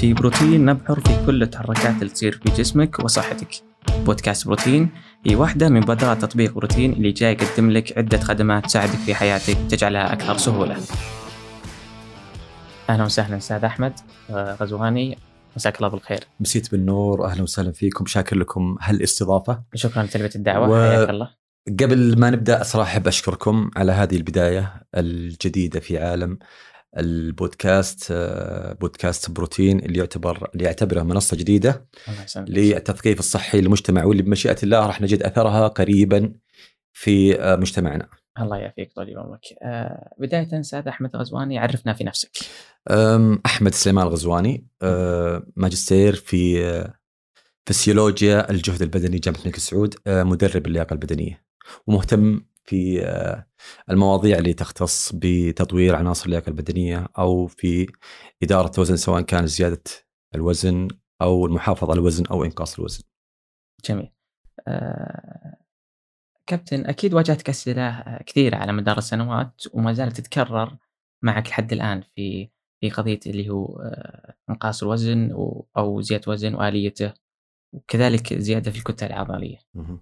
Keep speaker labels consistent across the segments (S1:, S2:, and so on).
S1: في بروتين نبحر في كل التحركات اللي تصير في جسمك وصحتك. بودكاست بروتين هي واحدة من مبادرات تطبيق بروتين اللي جاي يقدم لك عدة خدمات تساعدك في حياتك تجعلها أكثر سهولة. أهلا وسهلا أستاذ أحمد غزواني، مساك الله بالخير.
S2: مسيت بالنور، أهلا وسهلا فيكم، شاكر لكم هالاستضافة.
S1: شكرا لتلبية الدعوة، حياك الله.
S2: قبل ما نبدأ صراحة بأشكركم على هذه البداية الجديدة في عالم البودكاست، بودكاست بروتين اللي يعتبره منصة جديدة للتثقيف الصحي للمجتمع، واللي بمشيئة الله راح نجد أثرها قريبا في مجتمعنا.
S1: الله يعافيك طول عمرك. بداية أستاذ أحمد غزواني، عرفنا في نفسك.
S2: أحمد سليمان الغزواني، ماجستير في فسيولوجيا الجهد البدني جامعة الملك سعود، مدرب اللياقة البدنية، ومهتم في المواضيع اللي تختص بتطوير عناصر اللياقة البدنية أو في إدارة الوزن، سواء كان زيادة الوزن أو المحافظة على الوزن أو إنقاص الوزن.
S1: جميل. كابتن، أكيد واجهتك أسئلة كثيرة على مدار السنوات وما زالت تتكرر معك لحد الآن في قضية اللي هو إنقاص الوزن أو زيادة وزن وآليته، وكذلك زيادة في الكتلة العضلية.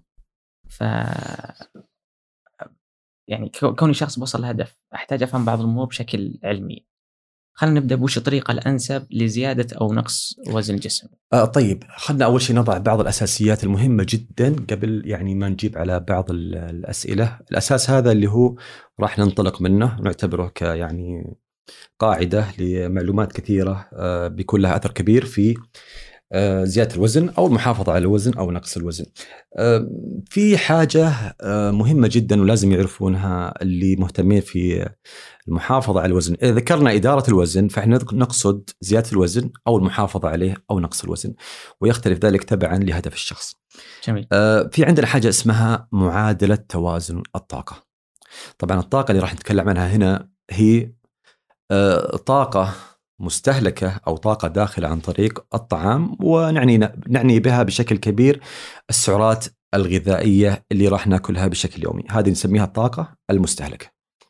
S1: يعني كوني شخص وصل لهدف، أحتاج أفهم بعض الأمور بشكل علمي. خلينا نبدأ بوش الطريقة الأنسب لزيادة أو نقص وزن الجسم.
S2: طيب، خلنا أول شيء نضع بعض الأساسيات المهمة جدا قبل يعني ما نجيب على بعض الأسئلة. الأساس هذا اللي هو راح ننطلق منه ونعتبره كيعني قاعدة لمعلومات كثيرة بيكون لها أثر كبير في زيادة الوزن أو المحافظة على الوزن أو نقص الوزن. في حاجة مهمة جدا ولازم يعرفونها اللي مهتمين في المحافظة على الوزن. إذا ذكرنا إدارة الوزن فإحنا نقصد زيادة الوزن أو المحافظة عليه أو نقص الوزن، ويختلف ذلك تبعا لهدف الشخص.
S1: جميل.
S2: في عندنا حاجة اسمها معادلة توازن الطاقة. طبعا الطاقة اللي راح نتكلم عنها هنا هي طاقة مستهلكة أو طاقة داخلة عن طريق الطعام، ونعني بها بشكل كبير السعرات الغذائية اللي راح ناكلها بشكل يومي، هذه نسميها الطاقة المستهلكة.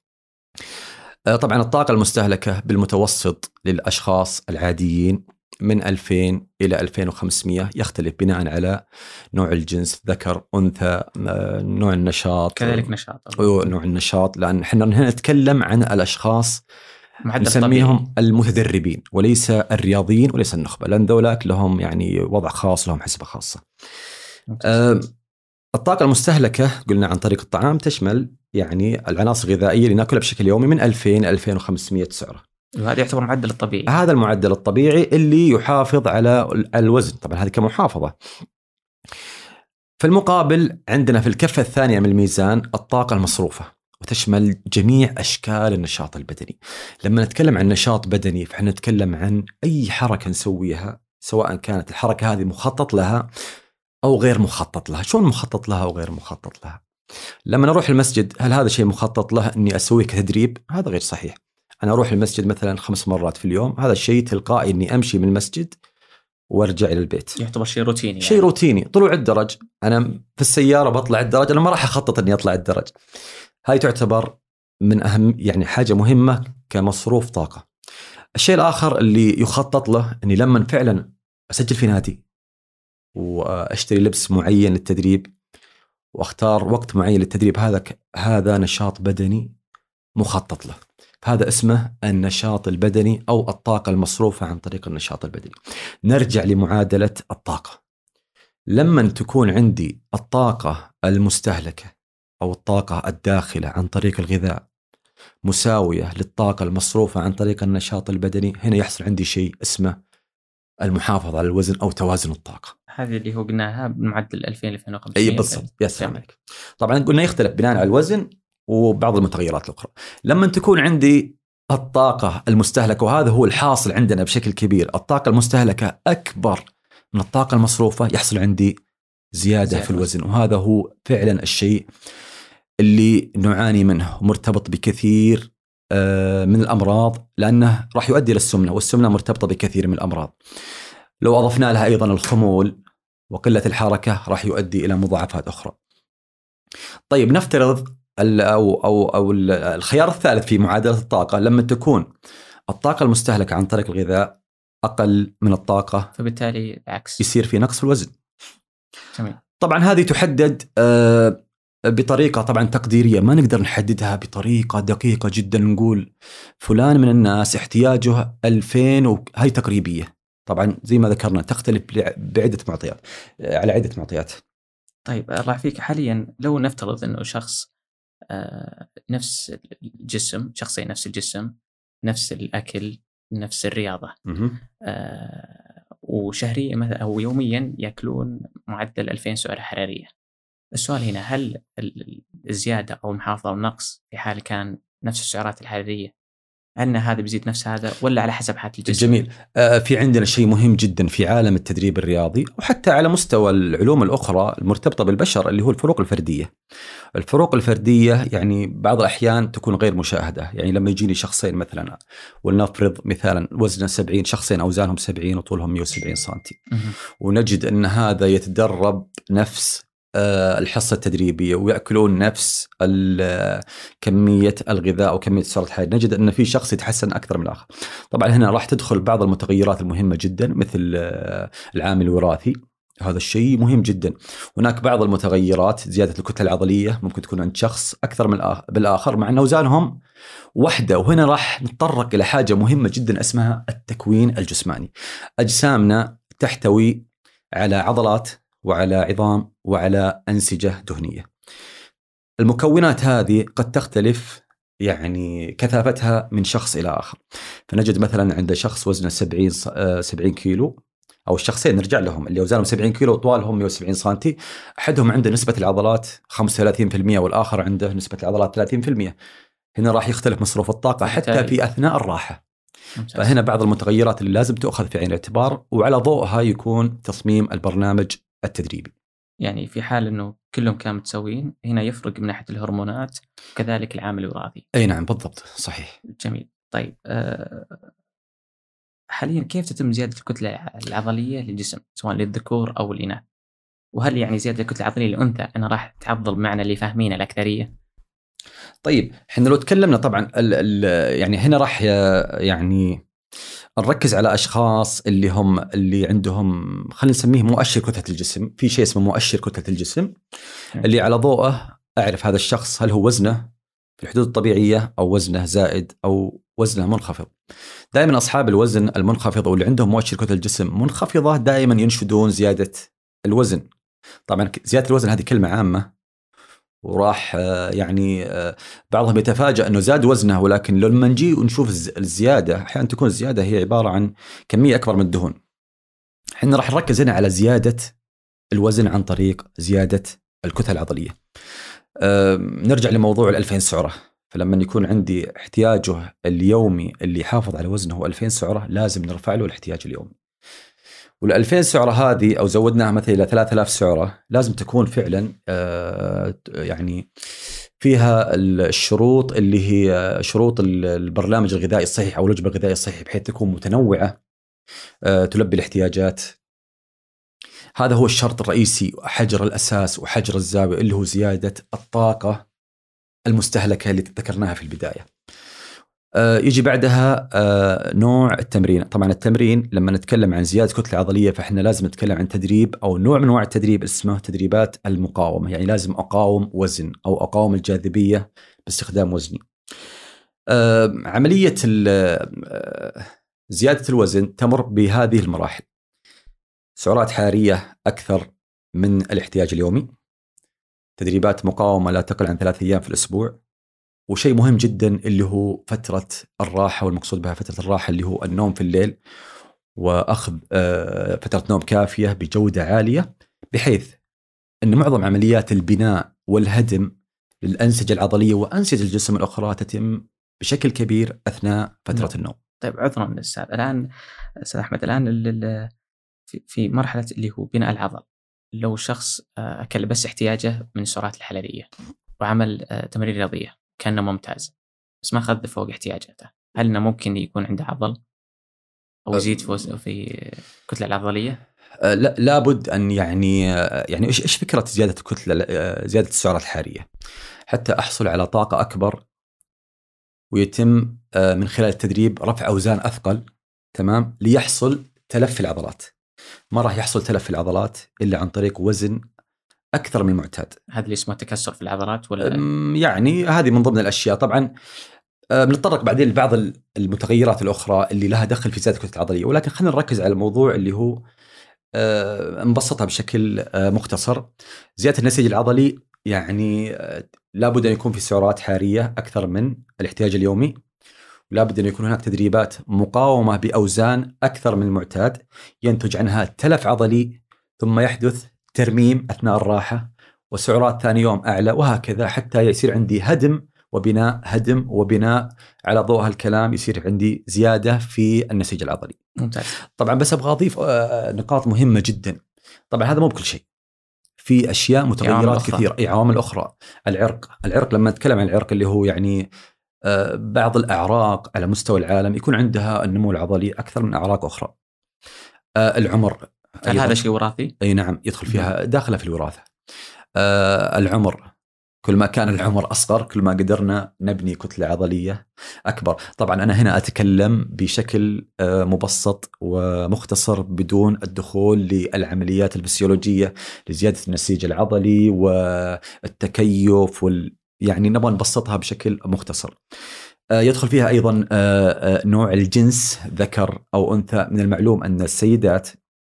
S2: طبعا الطاقة المستهلكة بالمتوسط للأشخاص العاديين من 2000 إلى 2500، يختلف بناء على نوع الجنس، ذكر أنثى، نوع النشاط،
S1: كذلك نشاط
S2: نوع النشاط، لأن احنا هنا نتكلم عن الأشخاص نسميهم المتدربين وليس الرياضيين وليس النخبة، لأن ذولاك لهم يعني وضع خاص، لهم حسبة خاصة. الطاقة المستهلكة قلنا عن طريق الطعام تشمل يعني العناصر الغذائية اللي ناكلها بشكل يومي من 2000 إلى 2500 سعرة،
S1: وهذا يعتبر معدل الطبيعي. هذا
S2: المعدل الطبيعي اللي يحافظ على الوزن، طبعا هذه كمحافظة. في المقابل عندنا في الكفة الثانية من الميزان الطاقة المصروفة، وتشمل جميع أشكال النشاط البدني. لما نتكلم عن نشاط بدني فإحنا نتكلم عن أي حركة نسويها، سواء كانت الحركة هذه مخطط لها أو غير مخطط لها. شلون مخطط لها أو غير مخطط لها؟ لما نروح المسجد، هل هذا شيء مخطط له أني أسويه كتدريب؟ هذا غير صحيح. أنا أروح المسجد مثلا 5 مرات في اليوم، هذا الشيء تلقائي أني أمشي من المسجد وارجع إلى البيت،
S1: يعتبر شيء روتيني.
S2: شيء روتيني. طلوع الدرج، أنا في السيارة بطلع الدرج، أنا ما راح أخطط أني أطلع الدرج. هاي تعتبر من أهم يعني حاجة مهمة كمصروف طاقة. الشيء الآخر اللي يخطط له أني لما فعلا أسجل في نادي وأشتري لبس معين للتدريب وأختار وقت معين للتدريب، هذا نشاط بدني مخطط له، هذا اسمه النشاط البدني أو الطاقة المصروفة عن طريق النشاط البدني. نرجع لمعادلة الطاقة. لما تكون عندي الطاقة المستهلكة أو الطاقة الداخلة عن طريق الغذاء مساوية للطاقة المصروفة عن طريق النشاط البدني، هنا يحصل عندي شيء اسمه المحافظة على الوزن أو توازن الطاقة.
S1: هذه اللي هو قلناها بمعدل 2000-2500.
S2: أي بالضبط، يا سلام عليك. طبعا قلنا يختلف بناء على الوزن وبعض المتغيرات الأخرى. لما تكون عندي الطاقة المستهلكة، وهذا هو الحاصل عندنا بشكل كبير، الطاقة المستهلكة أكبر من الطاقة المصروفة، يحصل عندي زيادة في الوزن، وهذا هو فعلا الشيء اللي نعاني منه ومرتبط بكثير من الأمراض، لأنه راح يؤدي للسمنة، والسمنة مرتبطة بكثير من الأمراض. لو أضفنا لها أيضا الخمول وقلة الحركة راح يؤدي إلى مضاعفات أخرى. طيب نفترض أو الخيار الثالث في معادلة الطاقة، لما تكون الطاقة المستهلكة عن طريق الغذاء أقل من الطاقة،
S1: فبالتالي العكس
S2: يصير في نقص في الوزن.
S1: جميل.
S2: طبعا هذه تحدد بطريقة طبعا تقديرية، ما نقدر نحددها بطريقة دقيقة جدا نقول فلان من الناس احتياجه 2000 وهي تقريبية. طبعا زي ما ذكرنا تختلف بعدة معطيات، على عدة معطيات.
S1: طيب الله يعافيك، حاليا لو نفترض أنه شخص نفس الجسم، شخصين نفس الجسم، نفس الأكل، نفس الرياضة، وشهريا مثلا أو يوميا يأكلون معدل 2000 سعرة حرارية. السؤال هنا، هل الزيادة أو المحافظة أو النقص في حال كان نفس السعرات الحرارية، أن هذا بيزيد نفس هذا ولا على حسب حالة الجسم؟
S2: جميل. في عندنا شيء مهم جدا في عالم التدريب الرياضي وحتى على مستوى العلوم الأخرى المرتبطة بالبشر، اللي هو الفروق الفردية. الفروق الفردية يعني بعض الأحيان تكون غير مشاهدة. يعني لما يجيني شخصين مثلا، ولنفرض مثلا وزنه 70، شخصين أوزانهم 70 وطولهم 170 سنتي، ونجد أن هذا يتدرب نفس الحصة التدريبية ويأكلون نفس كمية الغذاء وكمية السعرات الحرارية، نجد أن في شخص يتحسن أكثر من الآخر. طبعا هنا راح تدخل بعض المتغيرات المهمة جدا مثل العامل الوراثي، هذا الشيء مهم جدا. هناك بعض المتغيرات زيادة الكتلة العضلية ممكن تكون عند شخص أكثر من بالآخر مع أن أوزانهم واحدة. وهنا راح نتطرق إلى حاجة مهمة جدا اسمها التكوين الجسماني. أجسامنا تحتوي على عضلات وعلى عظام وعلى أنسجة دهنية. المكونات هذه قد تختلف يعني كثافتها من شخص إلى آخر. فنجد مثلا عند شخص وزنه 70 كيلو، أو الشخصين نرجع لهم اللي أوزانهم 70 كيلو وطوالهم 170 سنتي، أحدهم عنده نسبة العضلات 35% والآخر عنده نسبة العضلات 30%. هنا راح يختلف مصروف الطاقة حتى في أثناء الراحة. فهنا بعض المتغيرات اللي لازم تأخذ في عين الاعتبار، وعلى ضوءها يكون تصميم البرنامج التدريبي.
S1: يعني في حال أنه كلهم كانوا متساويين، هنا يفرق من ناحية الهرمونات وكذلك العامل الوراثي.
S2: أي نعم بالضبط، صحيح.
S1: جميل. طيب حاليا كيف تتم زيادة الكتلة العضلية للجسم سواء للذكور أو الإناث؟ وهل يعني زيادة الكتلة العضلية للأنثى أنا راح تعضل معنى اللي فاهمينه الأكثرية؟
S2: طيب احنا لو تكلمنا طبعا يعني هنا راح يعني نركز على أشخاص اللي عندهم خلينا نسميه مؤشر كتلة الجسم. في شيء اسمه مؤشر كتلة الجسم اللي على ضوءه أعرف هذا الشخص هل هو وزنه في الحدود الطبيعية أو وزنه زائد أو وزنه منخفض. دائما أصحاب الوزن المنخفض واللي عندهم مؤشر كتلة الجسم منخفضة دائما ينشدون زيادة الوزن. طبعا زيادة الوزن هذه كلمة عامة، وراح يعني بعضهم يتفاجأ أنه زاد وزنه، ولكن لما نجي ونشوف الزيادة أحيانا تكون الزيادة هي عبارة عن كمية أكبر من الدهون. حنا راح نركز هنا على زيادة الوزن عن طريق زيادة الكتلة العضلية. نرجع لموضوع 2000 سعرة. فلما يكون عندي احتياجه اليومي اللي يحافظ على وزنه هو 2000 سعرة، لازم نرفع له الاحتياج اليومي. وال2000 سعرة هذه أو زودناها مثلا إلى 3000 سعرة، لازم تكون فعلا يعني فيها الشروط اللي هي شروط البرنامج الغذائي الصحيح أو الوجبة الغذائية الصحيح، بحيث تكون متنوعة تلبي الاحتياجات. هذا هو الشرط الرئيسي، حجر الأساس وحجر الزاوية، اللي هو زيادة الطاقة المستهلكة اللي ذكرناها في البداية. يجي بعدها نوع التمرين. طبعا التمرين لما نتكلم عن زيادة كتلة عضلية فإحنا لازم نتكلم عن تدريب أو نوع من أنواع التدريب اسمه تدريبات المقاومة. يعني لازم أقاوم وزن أو أقاوم الجاذبية باستخدام وزني. عملية زيادة الوزن تمر بهذه المراحل: سعرات حرارية أكثر من الاحتياج اليومي، تدريبات مقاومة لا تقل عن 3 أيام في الأسبوع، وشيء مهم جدا اللي هو فترة الراحة. والمقصود بها فترة الراحة اللي هو النوم في الليل، وأخذ فترة نوم كافية بجودة عالية، بحيث أن معظم عمليات البناء والهدم للأنسجة العضلية وأنسجة الجسم الأخرى تتم بشكل كبير أثناء فترة النوم.
S1: طيب عذرا أستاذ، الآن أستاذ أحمد، الآن في مرحلة اللي هو بناء العضل، لو شخص أكل بس احتياجه من السعرات الحرارية وعمل تمارين رياضية كان ممتاز، بس ما أخذ فوق احتياجاته، هل إنه ممكن يكون عنده عضل أو يزيد في الكتلة العضلية؟
S2: لا، لابد أن يعني إيش فكرة زيادة الكتلة، زيادة السعرات الحرارية حتى أحصل على طاقة أكبر، ويتم من خلال التدريب رفع أوزان أثقل تمام، ليحصل تلف في العضلات. ما راح يحصل تلف في العضلات إلا عن طريق وزن أكثر من المعتاد.
S1: هذا اللي اسمه تكسر في العضلات ولا؟
S2: يعني هذه من ضمن الأشياء. طبعا بنتطرق بعدين لبعض المتغيرات الأخرى اللي لها دخل في زيادة الكتلة العضلية، ولكن خلينا نركز على الموضوع اللي هو نبسطها بشكل مختصر. زيادة النسيج العضلي يعني لابد أن يكون في سعرات حرارية أكثر من الاحتياج اليومي، لابد أن يكون هناك تدريبات مقاومة بأوزان أكثر من المعتاد ينتج عنها تلف عضلي، ثم يحدث ترميم أثناء الراحة وسعرات ثاني يوم أعلى، وهكذا حتى يصير عندي هدم وبناء على ضوء هالكلام يصير عندي زيادة في النسيج العضلي.
S1: ممتاز.
S2: طبعا بس أبغى أضيف نقاط مهمة جدا. طبعا هذا مو بكل شيء، في أشياء متغيرات كثيرة، عوامل أخرى. العرق لما نتكلم عن العرق اللي هو يعني بعض الأعراق على مستوى العالم يكون عندها النمو العضلي أكثر من أعراق أخرى. العمر،
S1: هل هذا شيء وراثي؟
S2: أي نعم، يدخل فيها داخلة في الوراثة. العمر، كل ما كان العمر أصغر كل ما قدرنا نبني كتلة عضلية أكبر. طبعا أنا هنا أتكلم بشكل مبسط ومختصر بدون الدخول للعمليات الفسيولوجية لزيادة النسيج العضلي والتكيف يعني نبغى نبسطها بشكل مختصر. يدخل فيها أيضا نوع الجنس ذكر أو أنثى. من المعلوم أن السيدات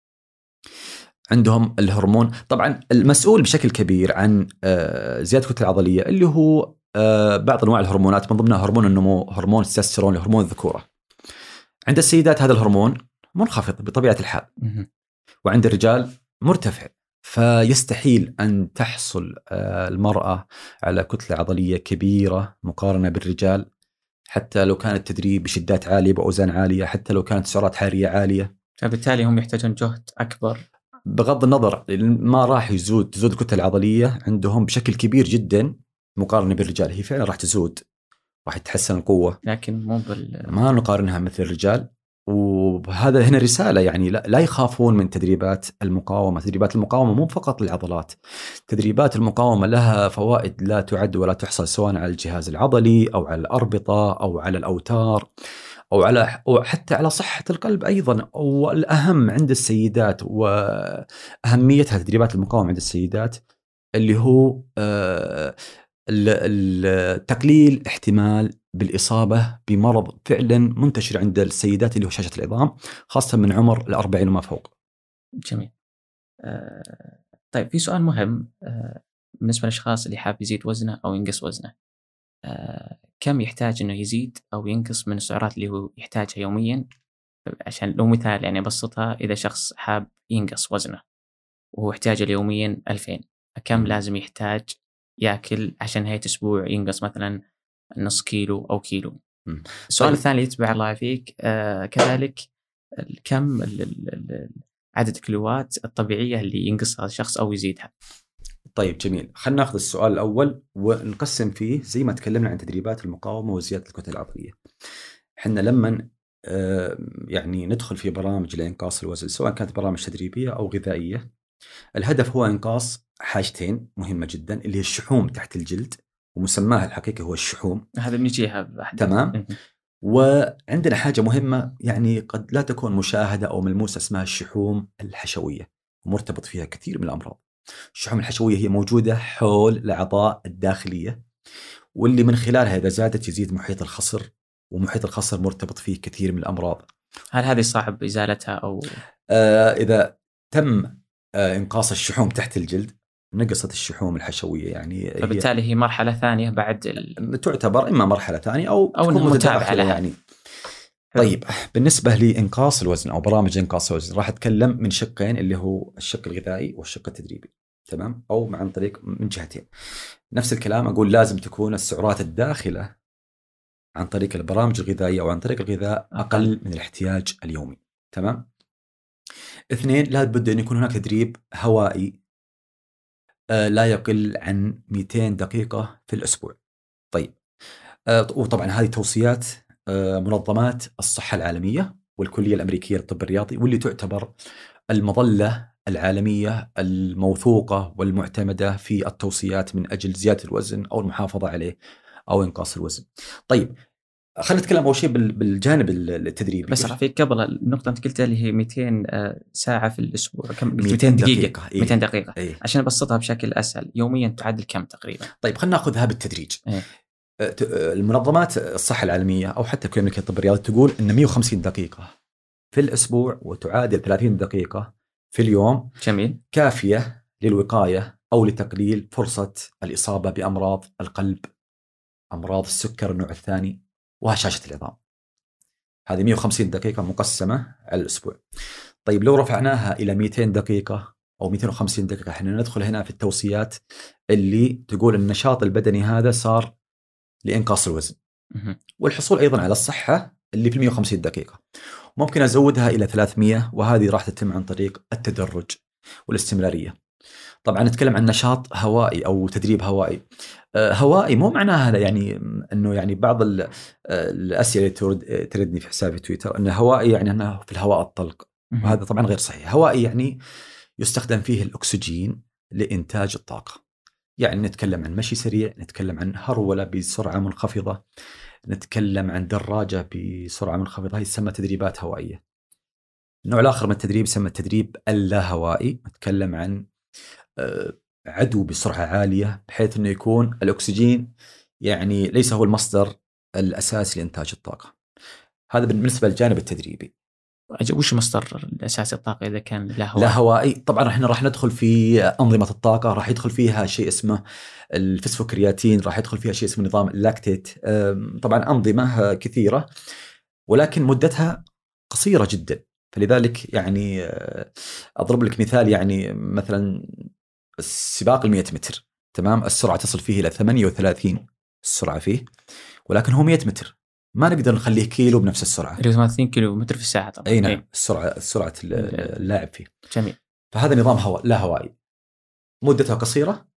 S2: عندهم الهرمون، طبعا المسؤول بشكل كبير عن زيادة الكتلة العضلية اللي هو بعض أنواع الهرمونات، من ضمنها هرمون النمو، هرمون التستوستيرون، هرمون الذكورة. عند السيدات هذا الهرمون منخفض بطبيعة الحال، وعند الرجال مرتفع، فيستحيل أن تحصل المرأة على كتلة عضلية كبيرة مقارنة بالرجال، حتى لو كان التدريب بشدات عالية بأوزان عالية، حتى لو كانت سعرات حرارية عالية.
S1: فبالتالي هم يحتاجون جهد أكبر.
S2: بغض النظر ما راح تزود الكتلة العضلية عندهم بشكل كبير جدا مقارنة بالرجال. هي فعلا راح تزود، راح تتحسن القوة،
S1: لكن
S2: ما نقارنها مثل الرجال. وهذا هنا رسالة، يعني لا يخافون من تدريبات المقاومة. تدريبات المقاومة مو فقط للعضلات، تدريبات المقاومة لها فوائد لا تعد ولا تحصى، سواء على الجهاز العضلي أو على الأربطة أو على الأوتار أو حتى على صحة القلب أيضا. والأهم عند السيدات وأهميتها تدريبات المقاومة عند السيدات اللي هو تقليل احتمال بالإصابة بمرض فعلا منتشر عند السيدات اللي هو هشاشة العظام، خاصة من عمر 40 وما فوق.
S1: جميل. طيب في سؤال مهم بالنسبة للأشخاص اللي حاب يزيد وزنه أو ينقص وزنه، كم يحتاج إنه يزيد أو ينقص من السعرات اللي هو يحتاجها يوميا؟ عشان لو مثال يعني أبسطها، إذا شخص حاب ينقص وزنه وهو يحتاج يوميا 2000، فكم لازم يحتاج يأكل عشان نهاية أسبوع ينقص مثلا نص كيلو أو كيلو؟ السؤال الثاني يتبع الله فيك كذلك، كم عدد الكيلوات الطبيعية اللي ينقصها الشخص أو يزيدها؟
S2: طيب جميل، خلينا ناخذ السؤال الأول ونقسم فيه زي ما تكلمنا عن تدريبات المقاومة وزيادة الكتلة العضلية. حنا لما يعني ندخل في برامج لإنقاص الوزن، سواء كانت برامج تدريبية أو غذائية، الهدف هو إنقاص حاجتين مهمة جدا، اللي هي الشحوم تحت الجلد، ومسماها الحقيقي هو الشحوم.
S1: هذا بنجيها
S2: تمام. وعندنا حاجة مهمة يعني قد لا تكون مشاهدة أو ملموسة، اسمها الشحوم الحشوية، مرتبط فيها كثير من الأمراض. الشحوم الحشوية هي موجودة حول الأعضاء الداخلية، واللي من خلالها إذا زادت يزيد محيط الخصر، ومحيط الخصر مرتبط فيه كثير من الأمراض.
S1: هل هذه صعب إزالتها أو
S2: إذا تم إنقاص الشحوم تحت الجلد نقصت الشحوم الحشوية، يعني
S1: فبالتالي هي مرحلة ثانية بعد
S2: تعتبر إما مرحلة ثانية أو
S1: تكون متابعة لها
S2: يعني. طيب بالنسبة لإنقاص الوزن أو برامج إنقاص الوزن راح أتكلم من شقين، اللي هو الشق الغذائي والشق التدريبي. تمام، أو عن طريق من جهتين. نفس الكلام أقول لازم تكون السعرات الداخلة عن طريق البرامج الغذائية أو عن طريق الغذاء أقل من الاحتياج اليومي. تمام. اثنين، لابد أن يكون هناك تدريب هوائي لا يقل عن 200 دقيقة في الأسبوع. طيب وطبعا هذه توصيات منظمات الصحة العالمية والكلية الأمريكية للطب الرياضي، واللي تعتبر المظلة العالمية الموثوقة والمعتمدة في التوصيات من أجل زيادة الوزن أو المحافظة عليه أو إنقاص الوزن. طيب خلينا نتكلم اول شيء بالجانب التدريبي.
S1: بس رفيق قبل النقطة أنت قلتها اللي هي 200 ساعة في الأسبوع، كم؟
S2: 200 دقيقة.
S1: 200 دقيقة.
S2: إيه.
S1: عشان أبسطها بشكل أسهل، يوميا تعادل كم تقريبا؟
S2: طيب خلينا ناخذها بالتدريج.
S1: إيه.
S2: المنظمات الصحة العالمية أو حتى كلية الملكية الطب الرياضي تقول إن 150 دقيقة في الأسبوع وتعادل 30 دقيقة في اليوم
S1: جميل.
S2: كافية للوقاية أو لتقليل فرصة الإصابة بأمراض القلب، أمراض السكر النوع الثاني، وهشاشة العظام. هذه 150 دقيقة مقسمة على الأسبوع. طيب لو رفعناها إلى 200 دقيقة أو 250 دقيقة، احنا ندخل هنا في التوصيات اللي تقول النشاط البدني هذا صار لإنقاص الوزن والحصول أيضا على الصحة اللي في 150 دقيقة. ممكن أزودها إلى 300، وهذه راح تتم عن طريق التدرج والاستمرارية. طبعا نتكلم عن نشاط هوائي أو تدريب هوائي. هوائي مو معناها يعني أنه يعني بعض الأسئلة اللي تردني في حسابي تويتر أنه هوائي يعني أنه في الهواء الطلق، وهذا طبعا غير صحيح. هوائي يعني يستخدم فيه الأكسجين لإنتاج الطاقة. يعني نتكلم عن مشي سريع، نتكلم عن هرولة بسرعة منخفضة، نتكلم عن دراجة بسرعة منخفضة، هي تسمى تدريبات هوائية. النوع الآخر من التدريب يسمى التدريب اللا هوائي، نتكلم عن عدو بسرعة عالية بحيث أنه يكون الأكسجين يعني ليس هو المصدر الأساسي لإنتاج الطاقة. هذا بالنسبة للجانب التدريبي.
S1: وش مصدر الأساسي الطاقة إذا كان
S2: لا هوائي؟ طبعا احنا راح ندخل في أنظمة الطاقة، راح يدخل فيها شيء اسمه الفسفوكرياتين، راح يدخل فيها شيء اسمه نظام اللاكتيت. طبعا أنظمة كثيرة ولكن مدتها قصيرة جدا. فلذلك يعني أضرب لك مثال، يعني مثلا السباق 100 متر، تمام، السرعة تصل فيه إلى 38 السرعة فيه، ولكن هو 100 متر، ما نقدر نخليه كيلو بنفس السرعة.
S1: 38 كيلو متر في الساعة طبعا.
S2: أي نعم. سرعة اللاعب فيه.
S1: جميل.
S2: فهذا نظام لا هوائي، مدتها قصيرة،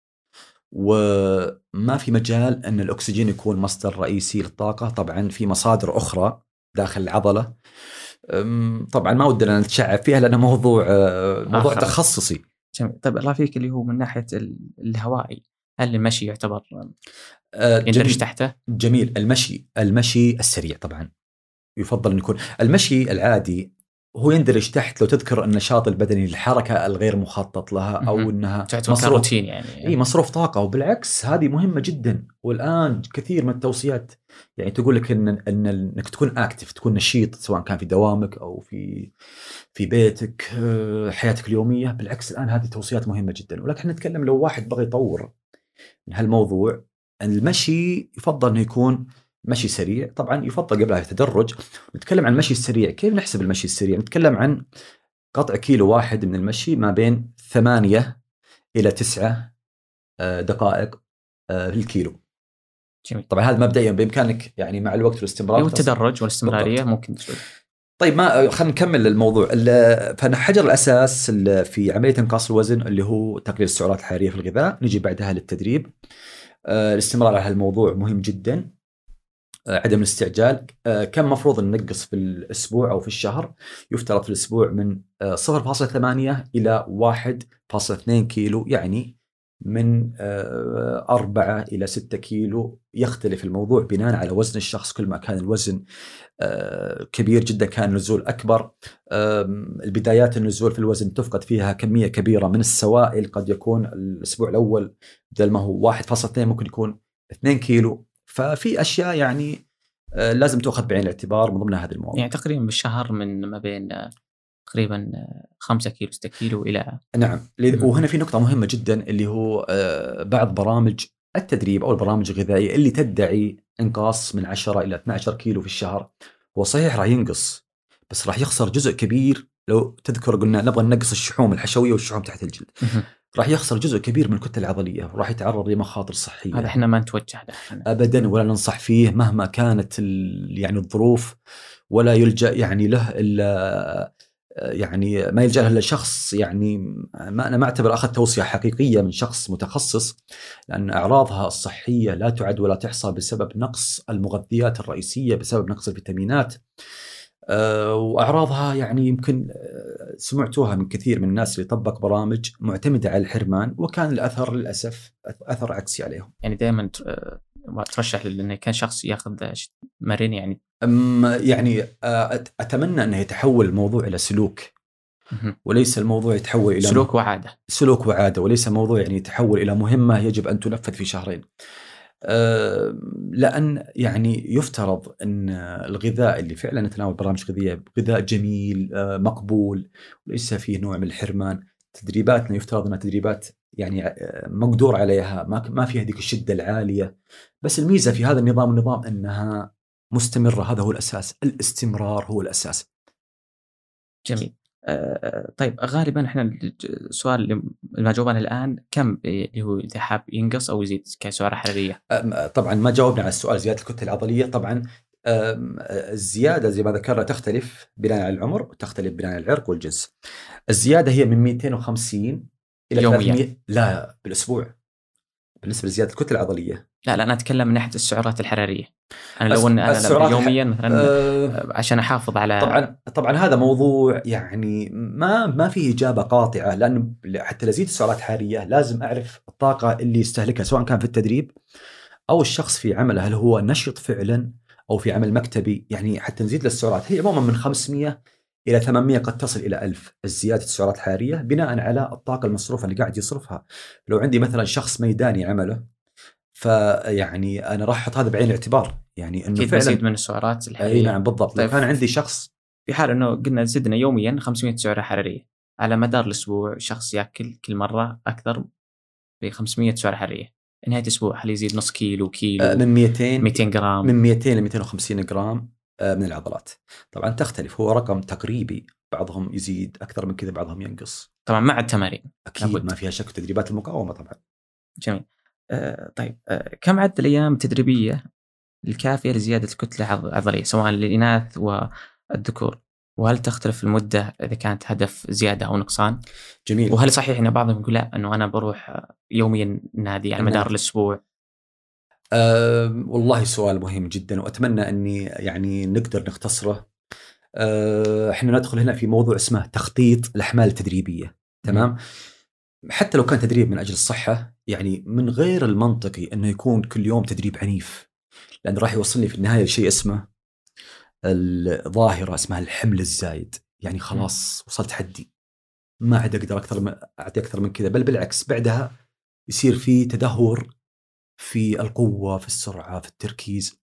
S2: وما في مجال أن الأكسجين يكون مصدر رئيسي للطاقة. طبعا في مصادر أخرى داخل العضلة، طبعا ما ودنا نتشعب فيها لأنه موضوع تخصصي.
S1: جميل. طيب الله فيك، اللي هو من ناحية الهوائي، هل المشي يعتبر يندرج تحته؟
S2: جميل. المشي السريع طبعا يفضل أن يكون. المشي العادي هو يندرج تحت، لو تذكر النشاط البدني، الحركة الغير مخطط لها أو أنها
S1: مصروف روتين يعني.
S2: مصروف طاقة، وبالعكس هذه مهمة جدا. والآن كثير من التوصيات يعني تقول لك إنك تكون أكتف، تكون نشيط، سواء كان في دوامك أو في بيتك، حياتك اليومية. بالعكس الآن هذه توصيات مهمة جدا. ولكن نتكلم لو واحد بغى يطور من هالموضوع، المشي يفضل أنه يكون مشي سريع. طبعا يفضل قبلها تدرج. نتكلم عن المشي السريع، كيف نحسب المشي السريع؟ نتكلم عن قطع كيلو واحد من المشي ما بين 8 إلى 9 دقائق الكيلو.
S1: جميل.
S2: طبعا هذا مبدئيا بإمكانك يعني مع الوقت والاستمرار
S1: والتدرج والاستمرارية ممكن تسوي.
S2: طيب ما خلينا نكمل الموضوع. فحجر الأساس في عملية إنقاص الوزن اللي هو تقليل السعرات الحرارية في الغذاء. نجي بعدها للتدريب. الاستمرار على هالموضوع مهم جدا. عدم الاستعجال. كم مفروض ننقص في الأسبوع أو في الشهر؟ يفترض في الأسبوع من 0.8 إلى 1.2 كيلو، يعني من 4 إلى 6 كيلو. يختلف الموضوع بناء على وزن الشخص. كل ما كان الوزن كبير جدا كان النزول أكبر. البدايات النزول في الوزن تفقد فيها كمية كبيرة من السوائل. قد يكون الأسبوع الأول بدل ما هو 1.2 ممكن يكون 2 كيلو. ففي أشياء يعني لازم تأخذ بعين الاعتبار من ضمن هذه المواضيع.
S1: يعني تقريبا بالشهر من ما بين تقريبا 5 كيلو 6 كيلو إلى.
S2: نعم. وهنا في نقطة مهمة جدا اللي هو بعض برامج التدريب أو البرامج الغذائية اللي تدعي إنقاص من 10 إلى 12 كيلو في الشهر. هو صحيح راح ينقص، بس راح يخسر جزء كبير. لو تذكر قلنا نبغى ننقص الشحوم الحشوية والشحوم تحت الجلد، راح يخسر جزء كبير من الكتلة العضلية وراح يتعرض لمخاطر صحية.
S1: هذا احنا ما نتوجه له
S2: أبدا، ولا ننصح فيه مهما كانت يعني الظروف، ولا يلجأ يعني له إلا يعني ما يلجأ له إلا شخص يعني أنا ما أعتبر أخذ توصية حقيقية من شخص متخصص، لأن أعراضها الصحية لا تعد ولا تحصى بسبب نقص المغذيات الرئيسية، بسبب نقص الفيتامينات. وأعراضها يعني يمكن سمعتوها من كثير من الناس اللي طبق برامج معتمدة على الحرمان، وكان الأثر للأسف أثر عكسي عليهم.
S1: يعني دائما ترشح لأنه كان شخص ياخذ مرن يعني؟
S2: يعني أتمنى أنه يتحول الموضوع إلى سلوك، وليس الموضوع يتحول إلى
S1: سلوك وعادة.
S2: سلوك وعادة، وليس موضوع يعني يتحول إلى مهمة يجب أن تنفذ في شهرين. لأن يعني يفترض أن الغذاء اللي فعلا نتناول برامج غذائية غذاء جميل مقبول، وليس فيه نوع من الحرمان. تدريباتنا يفترض أنها تدريبات يعني مقدور عليها، ما فيها ذيك الشدة العالية. بس الميزة في هذا النظام أنها مستمرة، هذا هو الأساس، الاستمرار هو الأساس.
S1: جميل. طيب غالبا احنا السؤال اللي ما جاوبنا الآن، كم اللي هو إذا حاب ينقص أو يزيد كسعرة حرارية؟
S2: طبعا ما جاوبنا على السؤال زيادة الكتلة العضلية. طبعا الزيادة زي ما ذكرنا تختلف بناء على العمر وتختلف بناء على العرق والجنس. الزيادة هي من 250 إلى
S1: يومياً.
S2: 300 لا بالأسبوع بالنسبة لزيادة الكتلة العضلية.
S1: لا أنا أتكلم من ناحية السعرات الحرارية. أنا لو أن أنا يوميا مثلا عشان أحافظ على
S2: طبعا هذا موضوع يعني ما فيه إجابة قاطعة، لأن حتى لزيد السعرات الحرارية لازم أعرف الطاقة اللي يستهلكها سواء كان في التدريب أو الشخص في عمله، هل هو نشط فعلا أو في عمل مكتبي. يعني حتى نزيد للسعرات هي عموما من 500 إلى 800 قد تصل إلى 1000 الزيادة السعرات الحرارية بناء على الطاقة المصروفة اللي قاعد يصرفها. لو عندي مثلا شخص ميداني عمله، فيعني أنا راح أحط هذا بعين الاعتبار، يعني إنه فعلا
S1: يزيد من السعرات الحرارية.
S2: أي نعم بالضبط.
S1: طيب
S2: كان عندي شخص
S1: في حال إنه قلنا زدنا يوميا 500 سعرة حرارية على مدار الأسبوع، شخص يأكل كل مرة أكثر ب 500 سعرة حرارية، نهاية الأسبوع هل يزيد نص كيلو
S2: من 200
S1: جرام؟
S2: من 200 ل 250 جرام من العضلات. طبعا تختلف، هو رقم تقريبي، بعضهم يزيد أكثر من كذا بعضهم ينقص
S1: طبعا مع التمارين
S2: أكيد
S1: لابد.
S2: ما فيها شك، تدريبات المقاومة طبعا.
S1: جميل. طيب كم عدد الأيام التدريبية الكافية لزيادة الكتلة العضلية سواء للإناث والذكور؟ وهل تختلف المدة إذا كانت هدف زيادة أو نقصان؟
S2: جميل.
S1: وهل صحيح إن بعضهم يقول لا أنه أنا بروح يوميا نادي على مدار الأسبوع؟
S2: والله سؤال مهم جدا، وأتمنى أني يعني نقدر نختصره. احنا ندخل هنا في موضوع اسمه تخطيط الأحمال التدريبية. تمام. حتى لو كان تدريب من أجل الصحة، يعني من غير المنطقي أنه يكون كل يوم تدريب عنيف، لأن راح يوصلني في النهاية لشيء اسمه الظاهرة اسمها الحمل الزايد. يعني خلاص وصلت حدي، ما عاد أقدر أعطي أكثر من كذا، بل بالعكس بعدها يصير في تدهور في القوة، في السرعة، في التركيز.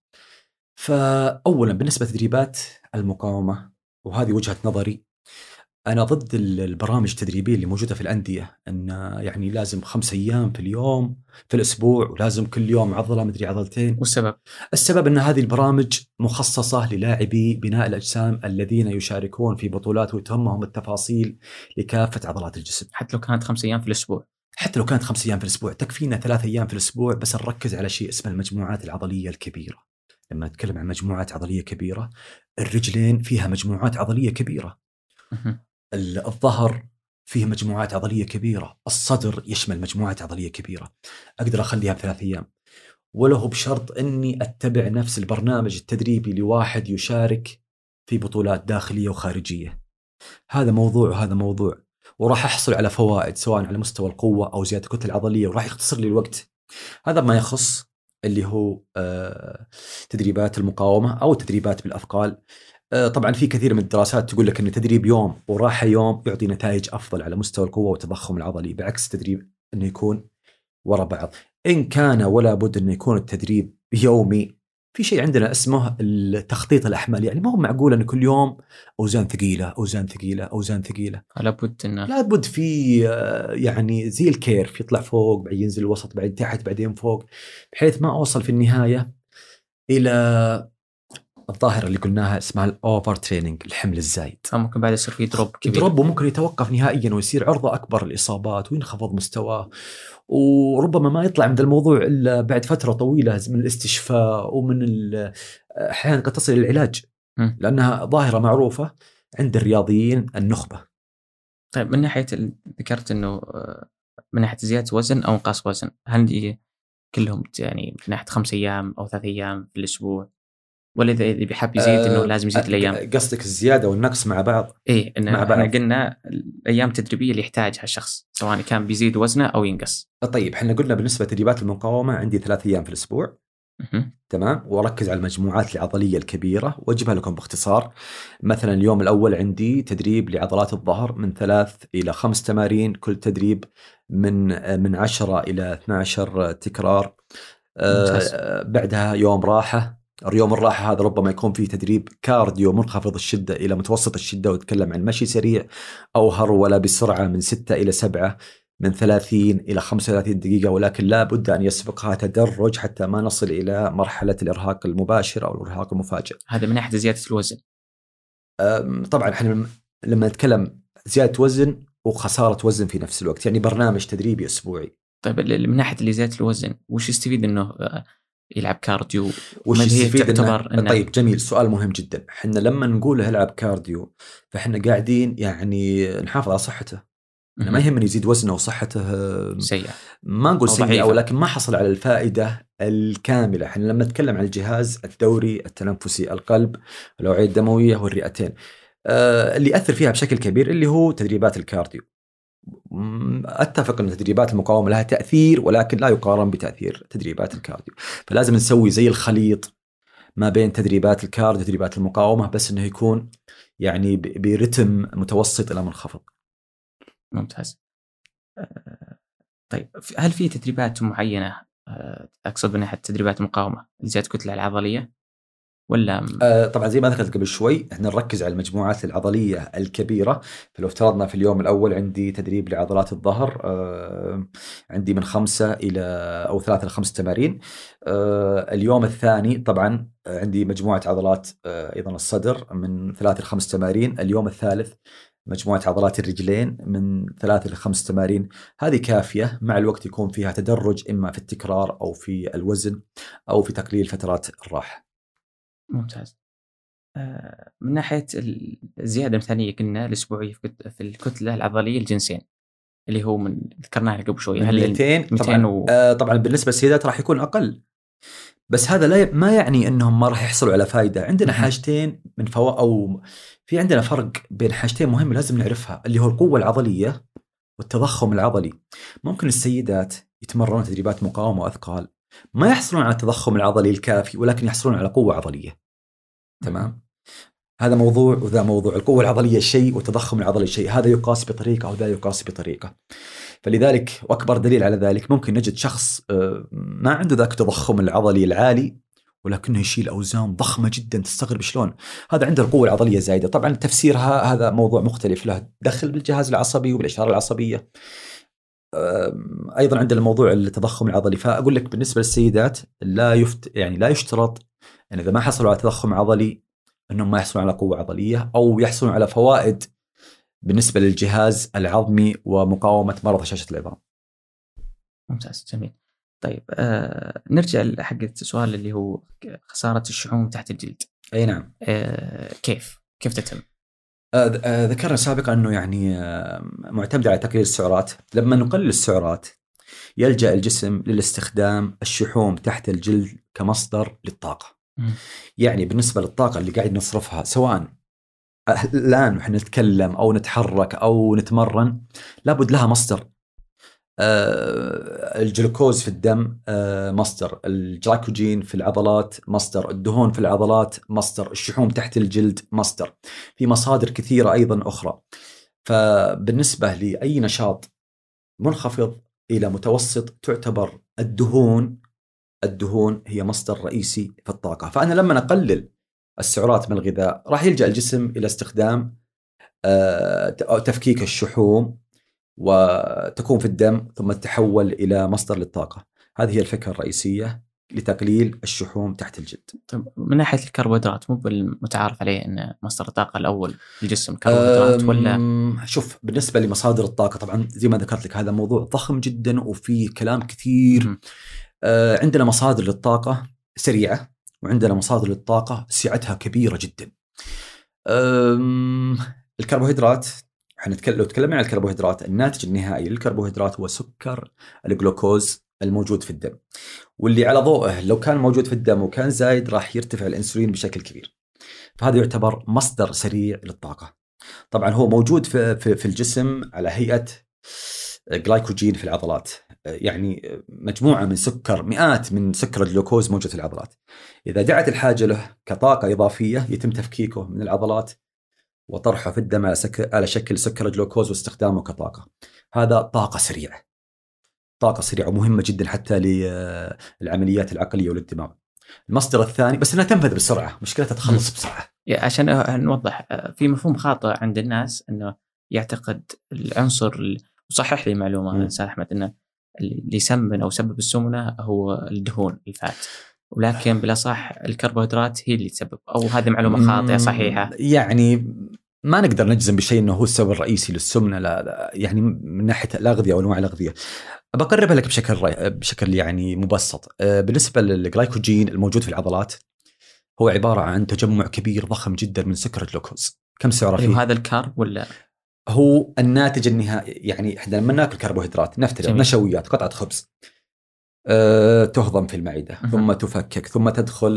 S2: فأولا بالنسبة لتدريبات المقاومة، وهذه وجهة نظري، أنا ضد البرامج التدريبية اللي موجودة في الأندية، أن يعني لازم 5 أيام في اليوم في الأسبوع، ولازم كل يوم عضلة مدري عضلتين. السبب أن هذه البرامج مخصصة للاعبي بناء الأجسام الذين يشاركون في بطولات وتهمهم التفاصيل لكافة عضلات الجسم.
S1: حتى لو كانت 5 أيام في الأسبوع،
S2: حتى لو كانت 5 أيام في الأسبوع تكفينا 3 أيام في الأسبوع، بس نركز على شيء اسمه المجموعات العضلية الكبيرة. لما نتكلم عن مجموعات عضلية كبيرة، الرجلين فيها مجموعات عضلية كبيرة، الظهر فيه مجموعات عضلية كبيرة، الصدر يشمل مجموعات عضلية كبيرة. أقدر أخليها ب3 أيام، وله بشرط أني أتبع نفس البرنامج التدريبي لواحد يشارك في بطولات داخلية وخارجية. هذا موضوع وهذا موضوع، وراح أحصل على فوائد سواء على مستوى القوة أو زيادة الكتلة العضلية، وراح يختصر لي الوقت. هذا ما يخص اللي هو تدريبات المقاومة أو تدريبات بالأثقال. طبعا في كثير من الدراسات تقول لك أن تدريب يوم وراحة يوم يعطي نتائج أفضل على مستوى القوة والتضخم العضلي، بعكس تدريب أنه يكون وراء بعض. إن كان ولا بد أنه يكون التدريب يومي، في شيء عندنا اسمه التخطيط الأحمال. يعني ما هو معقول أن كل يوم أوزان ثقيلة أوزان ثقيلة أوزان ثقيلة، لابد في يعني زي الكيرف يطلع فوق بعدين ينزل الوسط بعدين تحت بعدين فوق، بحيث ما أوصل في النهاية إلى الظاهرة اللي قلناها اسمها الأوفر تريننج، الحمل الزايد.
S1: ممكن بعد يصير فيه دروب كبير،
S2: دروب، وممكن يتوقف نهائيا ويصير عرضة أكبر للإصابات وينخفض مستواه، وربما ما يطلع من الموضوع إلا بعد فترة طويلة من الاستشفاء ومن أحيانا قد تصل إلى العلاج، لأنها ظاهرة معروفة عند الرياضيين النخبة.
S1: طيب من ناحية ذكرت أنه من ناحية زيادة وزن أو انقاص وزن، هل كلهم يعني من ناحية 5 أيام أو 3 أيام في الأسبوع، ولا إذا بيحب يزيد إنه لازم يزيد الأيام؟
S2: قصدك الزيادة والنقص مع بعض؟
S1: إيه، إنه إحنا قلنا الأيام التدريبية اللي يحتاجها الشخص سواء كان بيزيد وزنه أو ينقص.
S2: طيب إحنا قلنا بالنسبة لتدريبات المقاومة عندي 3 أيام في الأسبوع، تمام، واركز على المجموعات العضليه الكبيره واجيبها لكم باختصار. مثلا اليوم الاول عندي تدريب لعضلات الظهر من 3 الى 5 تمارين، كل تدريب من 10 الى 12 تكرار.
S1: ممتاز.
S2: بعدها يوم راحه. اليوم الراحه هذا ربما يكون فيه تدريب كارديو منخفض الشده الى متوسط الشده، ويتكلم عن مشي سريع او هروله بسرعه من 6 الى 7 من 30 إلى 35 دقيقة، ولكن لا بد أن يسبقها تدرج حتى ما نصل إلى مرحلة الإرهاق المباشر أو الإرهاق المفاجئ.
S1: هذا من ناحية زيادة الوزن.
S2: طبعا احنا لما نتكلم زيادة وزن وخسارة وزن في نفس الوقت، يعني برنامج تدريبي أسبوعي.
S1: طيب من ناحية اللي زيادة الوزن وش يستفيد إنه يلعب كارديو؟
S2: وش يستفيد
S1: إنه
S2: طيب جميل، سؤال مهم جدا. احنا لما نقول العب كارديو فاحنا قاعدين يعني نحافظ على صحته. أنا ما يهمني يزيد وزنه وصحته
S1: سيئة،
S2: ما نقول سيئة،
S1: ضعيفة،
S2: ولكن ما حصل على الفائدة الكاملة. احنا لما نتكلم عن الجهاز الدوري التنفسي، القلب، الأوعية الدموية والرئتين، اللي يأثر فيها بشكل كبير اللي هو تدريبات الكارديو. أتفق أن تدريبات المقاومة لها تأثير، ولكن لا يقارن بتأثير تدريبات الكارديو. فلازم نسوي زي الخليط ما بين تدريبات الكارديو وتدريبات المقاومة، بس أنه يكون يعني برتم متوسط إلى منخفض.
S1: ممتاز. طيب هل في تدريبات معينة، أقصد من ناحية تدريبات المقاومة لزيادة الكتلة العضلية ولا
S2: طبعا زي ما ذكرت قبل شوي احنا نركز على المجموعات العضلية الكبيرة. فلو افترضنا في اليوم الأول عندي تدريب لعضلات الظهر، عندي من 5 إلى أو 3 إلى 5 تمارين. اليوم الثاني طبعا عندي مجموعة عضلات أيضا الصدر من 3 إلى 5 تمارين. اليوم الثالث مجموعة عضلات الرجلين من 3 إلى 5 تمارين. هذه كافية، مع الوقت يكون فيها تدرج إما في التكرار أو في الوزن أو في تقليل فترات الراحة.
S1: ممتاز. من ناحية الزيادة المثالية قلنا الأسبوعية في الكتلة العضلية الجنسين اللي هو من ذكرناها قبل شوي،
S2: من
S1: هل
S2: 200 طبعا طبعا بالنسبة للسيدات راح يكون أقل، بس هذا ما يعني أنهم ما راح يحصلوا على فائدة. عندنا حاجتين من أو في عندنا فرق بين حاجتين مهمة لازم نعرفها، اللي هو القوة العضلية والتضخم العضلي. ممكن السيدات يتمرنون تدريبات مقاومة وأثقال ما يحصلون على التضخم العضلي الكافي، ولكن يحصلون على قوة عضلية. تمام، هذا موضوع وذا موضوع. القوة العضلية شيء والتضخم العضلي شيء، هذا يقاس بطريقة وذا يقاس بطريقة. فلذلك وأكبر دليل على ذلك ممكن نجد شخص ما عنده ذاك التضخم العضلي العالي ولكنه يشيل أوزان ضخمة جدا تستغرب شلون. هذا عنده القوة العضلية زايدة. طبعا تفسيرها هذا موضوع مختلف له دخل بالجهاز العصبي وبالإشارة العصبية. أيضا عندنا الموضوع التضخم العضلي. فأقول لك بالنسبة للسيدات لا يشترط يعني إذا ما حصلوا على تضخم عضلي أنهم ما يحصلون على قوة عضلية أو يحصلون على فوائد بالنسبة للجهاز العظمي ومقاومة مرض هشاشة العظام.
S1: ممتاز، جميل. طيب نرجع لحق السؤال اللي هو خسارة الشحوم تحت الجلد.
S2: أي نعم.
S1: كيف تتم؟
S2: ذكرنا سابقا أنه يعني معتمد على تقليل السعرات. لما نقلل السعرات يلجأ الجسم للاستخدام الشحوم تحت الجلد كمصدر للطاقة. يعني بالنسبة للطاقة اللي قاعد نصرفها سواء الآن وحنا نتكلم أو نتحرك أو نتمرن لابد لها مصدر. الجلوكوز في الدم مصدر، الجلايكوجين في العضلات مصدر، الدهون في العضلات مصدر، الشحوم تحت الجلد مصدر، في مصادر كثيرة أيضا أخرى. فبالنسبة لأي نشاط منخفض إلى متوسط تعتبر الدهون هي مصدر رئيسي في الطاقة. فأنا لما نقلل السعرات من الغذاء راح يلجأ الجسم إلى استخدام تفكيك الشحوم وتكون في الدم ثم تتحول إلى مصدر للطاقة. هذه هي الفكرة الرئيسية لتقليل الشحوم تحت الجلد.
S1: طيب من ناحية الكربوهيدرات مو بالمتعارف عليه أن مصدر الطاقة الأول للجسم الكربوهيدرات ولا؟
S2: شوف بالنسبة لمصادر الطاقة طبعا زي ما ذكرت لك هذا موضوع ضخم جدا وفيه كلام كثير. عندنا مصادر للطاقة سريعة وعندنا مصادر للطاقة سعتها كبيرة جدا. الكربوهيدرات لو تكلمنا عن الكربوهيدرات الناتج النهائي للكربوهيدرات هو سكر الجلوكوز الموجود في الدم، واللي على ضوءه لو كان موجود في الدم وكان زايد راح يرتفع الأنسولين بشكل كبير. فهذا يعتبر مصدر سريع للطاقة. طبعا هو موجود في الجسم على هيئة جلايكوجين في العضلات. يعني مجموعة من سكر، مئات من سكر الجلوكوز موجود في العضلات. إذا دعت الحاجة له كطاقة إضافية يتم تفكيكه من العضلات وطرحه في الدم على شكل سكر الجلوكوز واستخدامه كطاقة. هذا طاقة سريعة، طاقة سريعة ومهمة جدا حتى للعمليات العقلية والدماغ. المصدر الثاني بس انها تنفذ بسرعة، مشكلتها تخلص بسرعة.
S1: عشان نوضح، في مفهوم خاطئ عند الناس انه يعتقد العنصر، وصحح لي معلومة أستاذ أحمد، انه اللي يسمن او يسبب السمنة هو الدهون، الفات، ولكن بلا صح الكربوهيدرات هي اللي تسبب، او هذه معلومة خاطئة صحيحة؟
S2: يعني ما نقدر نجزم بشيء انه هو السبب الرئيسي للسمنة، لا يعني من ناحية الأغذية وانواع الأغذية. بقربها لك بشكل يعني مبسط. بالنسبة للجلايكوجين الموجود في العضلات هو عبارة عن تجمع كبير ضخم جدا من سكر الجلوكوز. كم سعره فيه؟
S1: هذا الكارب ولا
S2: هو الناتج النهائي. يعني احنا لما ناكل كربوهيدرات نفترض نشويات، قطعة خبز تهضم في المعدة ثم تفكك ثم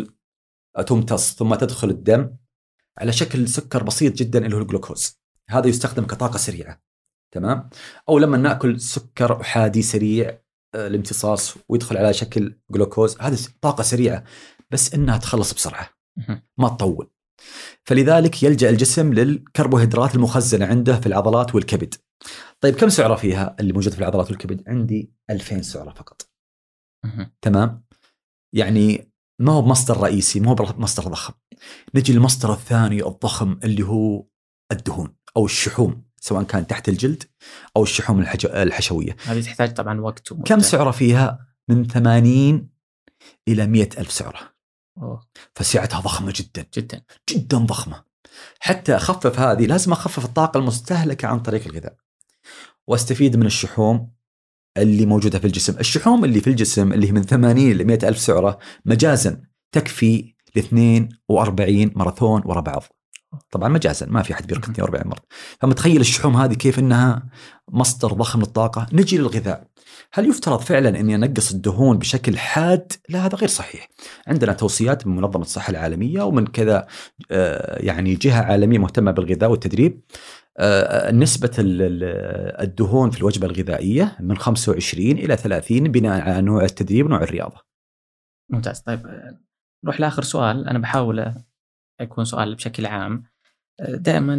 S2: تمتص ثم تدخل الدم على شكل سكر بسيط جدا اللي هو الجلوكوز. هذا يستخدم كطاقة سريعة، تمام؟ أو لما نأكل سكر أحادي سريع الامتصاص ويدخل على شكل جلوكوز، هذه طاقة سريعة بس إنها تخلص بسرعة ما تطول. فلذلك يلجأ الجسم للكربوهيدرات المخزنة عنده في العضلات والكبد. طيب كم سعرة فيها اللي موجود في العضلات والكبد؟ عندي 2000 سعرة فقط. تمام؟ يعني ما هو بمصدر رئيسي، ما هو بمصدر ضخم. نجي للمصدر الثاني الضخم اللي هو الدهون أو الشحوم، سواء كان تحت الجلد أو الشحوم الحشوية.
S1: هذه تحتاج طبعا وقت ومدة.
S2: كم سعرة فيها؟ من 80 إلى 100 ألف سعرة. فسعتها ضخمة جدا
S1: جدا
S2: جدا ضخمة. حتى أخفف هذه لازم أخفف الطاقة المستهلكة عن طريق الغذاء واستفيد من الشحوم اللي موجودة في الجسم. الشحوم اللي في الجسم اللي من 80 إلى 100 ألف سعرة مجازا تكفي ل 42 ماراثون ورا بعض. طبعا مجازا، ما في أحد بيركض 42 مرة. فمتخيل الشحوم هذه كيف إنها مصدر ضخم للطاقة. نجي للغذاء. هل يفترض فعلا أني أنقص الدهون بشكل حاد؟ لا، هذا غير صحيح. عندنا توصيات من منظمة الصحة العالمية ومن كذا يعني جهة عالمية مهتمة بالغذاء والتدريب. نسبة الدهون في الوجبة الغذائية من 25 إلى 30 بناء على نوع التدريب ونوع الرياضة.
S1: ممتاز. طيب نروح لآخر سؤال. أنا بحاول يكون سؤال بشكل عام. دائما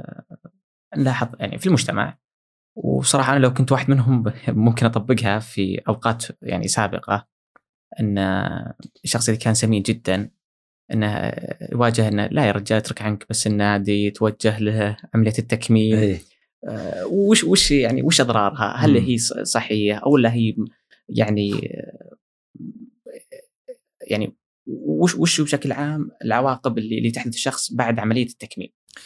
S1: نلاحظ يعني في المجتمع، وصراحة أنا لو كنت واحد منهم ممكن أطبقها في أوقات يعني سابقة، أن الشخص اللي كان سمين جدا أنه يواجه أنه لا يا رجال اترك عنك بس النادي، يتوجه له عملية التكميم. وش يعني وش أضرارها؟ هل هي صحية أو لا هي يعني وش بشكل عام العواقب اللي تحدث الشخص بعد عملية التكميم؟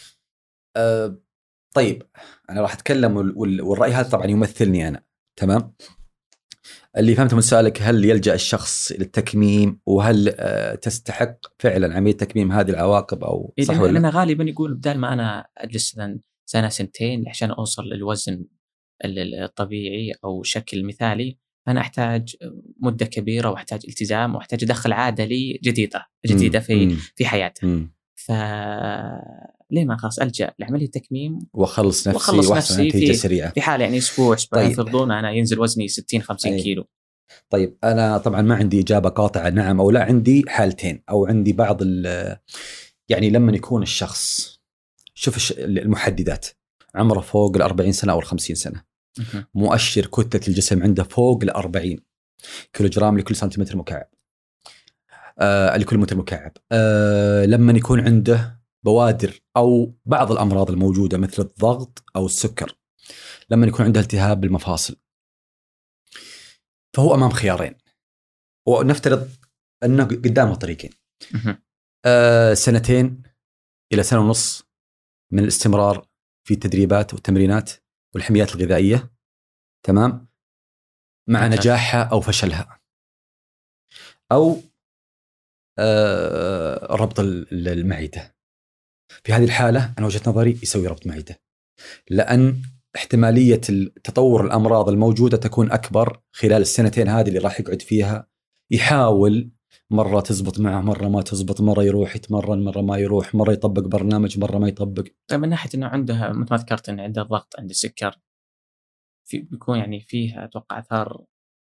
S2: طيب أنا راح أتكلم والرأي هذا طبعا يمثلني أنا، تمام؟ اللي فهمته من سؤالك هل يلجأ الشخص للتكميم وهل تستحق فعلا عملية التكميم هذه العواقب أو صح ولا؟
S1: أنا غالبا يقول بدل ما أنا أجلس سنة سنتين عشان أوصل للوزن الطبيعي أو شكل مثالي، أنا أحتاج مدة كبيرة وأحتاج التزام وأحتاج أدخل عادة لي جديدة في حياتي. ليه ما خلاص ألجأ لعملية التكميم
S2: وخلص نفسي نتيجة سريعة
S1: في حال يعني أسبوع فرضون أنا ينزل وزني 60-50 كيلو.
S2: طيب أنا طبعا ما عندي إجابة قاطعة نعم أو لا، عندي حالتين أو عندي بعض يعني لما يكون الشخص شوف المحددات عمره فوق 40 سنة أو 50 سنة، مؤشر كتلة الجسم عنده فوق 40 كيلوغرام لكل سنتيمتر مكعب، لكل متر مكعب. لما يكون عنده بوادر أو بعض الأمراض الموجودة مثل الضغط أو السكر، لما يكون عنده التهاب بالمفاصل، فهو أمام خيارين، ونفترض أنه قدامه طريقين. 2 إلى 1.5 سنة من الاستمرار في التدريبات والتمرينات والحميات الغذائية، تمام، مع نجاحها أو فشلها، أو ربط المعدة. في هذه الحالة أنا وجهة نظري يسوي ربط معدة، لأن احتمالية تطور الأمراض الموجودة تكون أكبر خلال 2 هذه اللي راح يقعد فيها يحاول، مرة تزبط معه مرة ما تزبط، مرة يروح يتمرن مرة ما يروح، مرة يطبق برنامج مرة ما يطبق.
S1: طيب من ناحية أنه عنده مثل ما ذكرت أنه عنده ضغط، عنده سكر، بيكون يعني فيه أتوقع أثار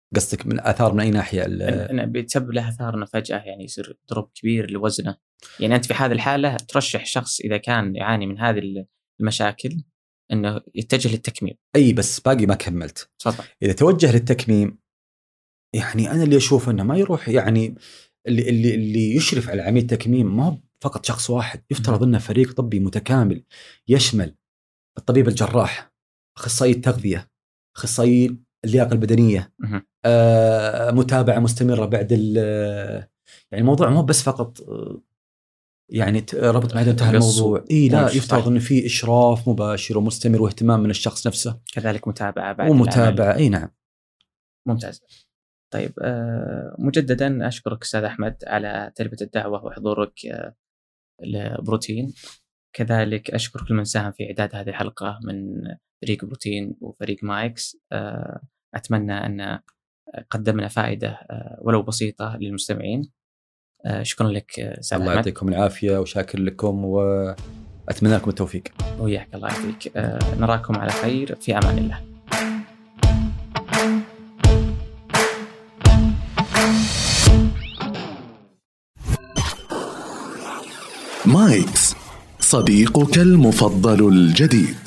S2: قصدك من اثار من اي ناحيه؟
S1: إن بيتسبب له اثار انه فجاه يعني يصير دروب كبير لوزنه. يعني انت في هذه الحاله ترشح شخص اذا كان يعاني من هذه المشاكل انه يتجه للتكميم.
S2: اي بس باقي ما كملت.
S1: تفضل.
S2: اذا توجه للتكميم، يعني انا اللي اشوف انه ما يروح، يعني اللي يشرف على عمليه التكميم ما هو فقط شخص واحد، يفترض انه فريق طبي متكامل يشمل الطبيب الجراح، اخصائي التغذيه، اخصائي اللياقه البدنيه، متابعه مستمره بعد يعني الموضوع مو بس فقط يعني ربط معدن انتهى الموضوع. لا، يفترض انه في اشراف مباشر ومستمر واهتمام من الشخص نفسه،
S1: كذلك متابعه بعد
S2: ومتابعه. اي نعم.
S1: ممتاز. طيب مجددا اشكرك استاذ احمد على تلبيه الدعوه وحضورك لبروتين. كذلك اشكر كل من ساهم في اعداد هذه الحلقه من فريق بروتين وفريق مايكس. اتمنى ان قدمنا فائده ولو بسيطه للمستمعين. شكرا لك استاذ
S2: الله
S1: احمد.
S2: يعطيكم العافيه وشاكر لكم واتمنى لكم التوفيق.
S1: وياك الله يعافيك. نراكم على خير في امان الله.
S3: مايكس صديقك المفضل الجديد.